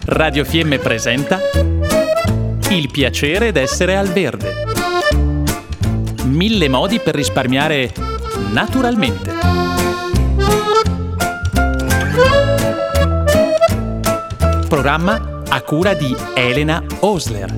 Radio Fiemme presenta Il piacere d'essere al verde. 1000 modi per risparmiare naturalmente. Programma a cura di Elena Osler.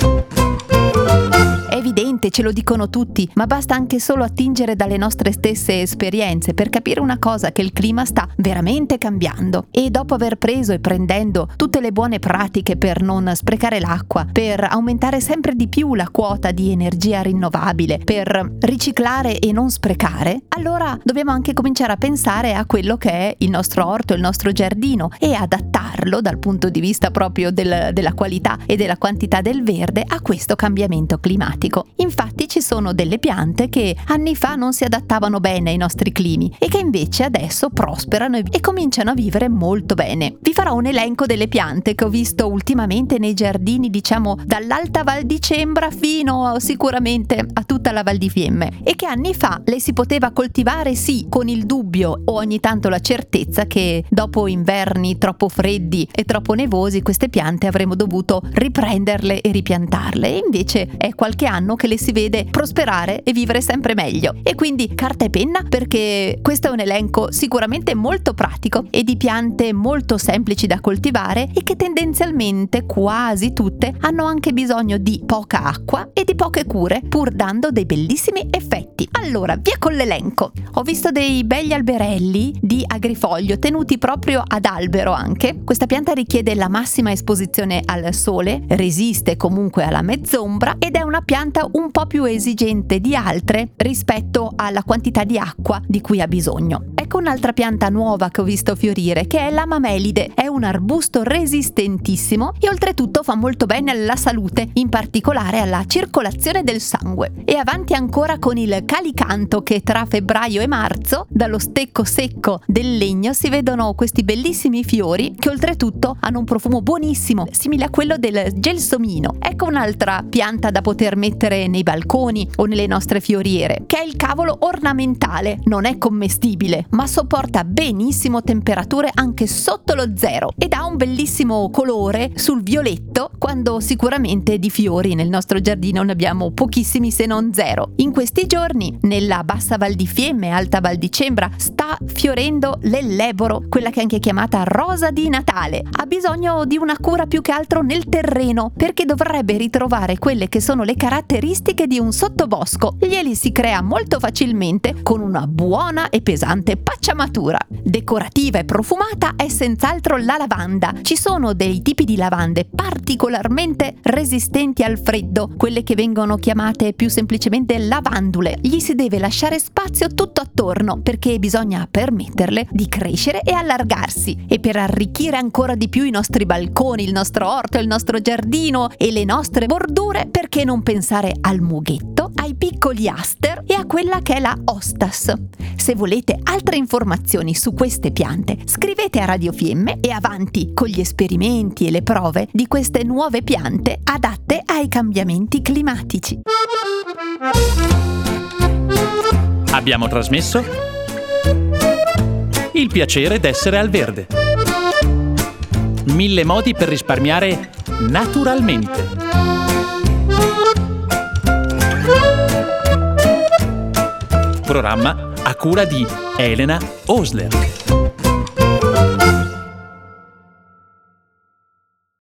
È evidente, ce lo dicono tutti, ma basta anche solo attingere dalle nostre stesse esperienze per capire una cosa, che il clima sta veramente cambiando. E dopo aver preso e prendendo tutte le buone pratiche per non sprecare l'acqua, per aumentare sempre di più la quota di energia rinnovabile, per riciclare e non sprecare, allora dobbiamo anche cominciare a pensare a quello che è il nostro orto, il nostro giardino, e adattarlo dal punto di vista proprio della qualità e della quantità del verde a questo cambiamento climatico. Infatti ci sono delle piante che anni fa non si adattavano bene ai nostri climi e che invece adesso prosperano e cominciano a vivere molto bene. Vi farò un elenco delle piante che ho visto ultimamente nei giardini, diciamo dall'Alta Val di Cembra fino sicuramente a tutta la Val di Fiemme, e che anni fa le si poteva coltivare sì, con il dubbio o ogni tanto la certezza che dopo inverni troppo freddi e troppo nevosi queste piante avremmo dovuto riprenderle e ripiantarle, e invece è qualche anno che le si vede prosperare e vivere sempre meglio. E quindi carta e penna, perché questo è un elenco sicuramente molto pratico e di piante molto semplici da coltivare e che tendenzialmente quasi tutte hanno anche bisogno di poca acqua e di poche cure, pur dando dei bellissimi effetti. Allora, via con l'elenco. Ho visto dei begli alberelli di agrifoglio tenuti proprio ad albero anche. Questa pianta richiede la massima esposizione al sole, resiste comunque alla mezzombra ed è una pianta un po' più esigente di altre rispetto alla quantità di acqua di cui ha bisogno. Ecco un'altra pianta nuova che ho visto fiorire, che è la mamelide. È un arbusto resistentissimo e oltretutto fa molto bene alla salute, in particolare alla circolazione del sangue. E avanti ancora con il calicanto, che tra febbraio e marzo dallo stecco secco del legno si vedono questi bellissimi fiori che oltretutto hanno un profumo buonissimo, simile a quello del gelsomino. Ecco un'altra pianta da poter mettere nei balconi o nelle nostre fioriere, che è il cavolo ornamentale. Non è commestibile, ma sopporta benissimo temperature anche sotto lo zero ed ha un bellissimo colore sul violetto, quando sicuramente di fiori nel nostro giardino ne abbiamo pochissimi, se non zero. In questi giorni nella bassa Val di Fiemme, Alta Val di Cembra, sta fiorendo l'elleboro, quella che è anche chiamata rosa di Natale. Ha bisogno di una cura più che altro nel terreno, perché dovrebbe ritrovare quelle che sono le caratteristiche di un sottobosco. Glieli si crea molto facilmente con una buona e pesante pacciamatura. Decorativa e profumata è senz'altro la lavanda. Ci sono dei tipi di lavande particolarmente resistenti al freddo, quelle che vengono chiamate più semplicemente lavandule. Gli si deve lasciare spazio tutto attorno, perché bisogna permetterle di crescere e allargarsi. E per arricchire ancora di più i nostri balconi, il nostro orto, il nostro giardino e le nostre bordure, perché non pensare al mughetto, ai piccoli aster e a quella che è la hostas. Se volete altre informazioni su queste piante, scrivete a Radio Fiemme e avanti con gli esperimenti e le prove di queste nuove piante adatte ai cambiamenti climatici. Abbiamo trasmesso Il piacere d'essere al verde. 1000 modi per risparmiare naturalmente. Programma a cura di Elena Osler.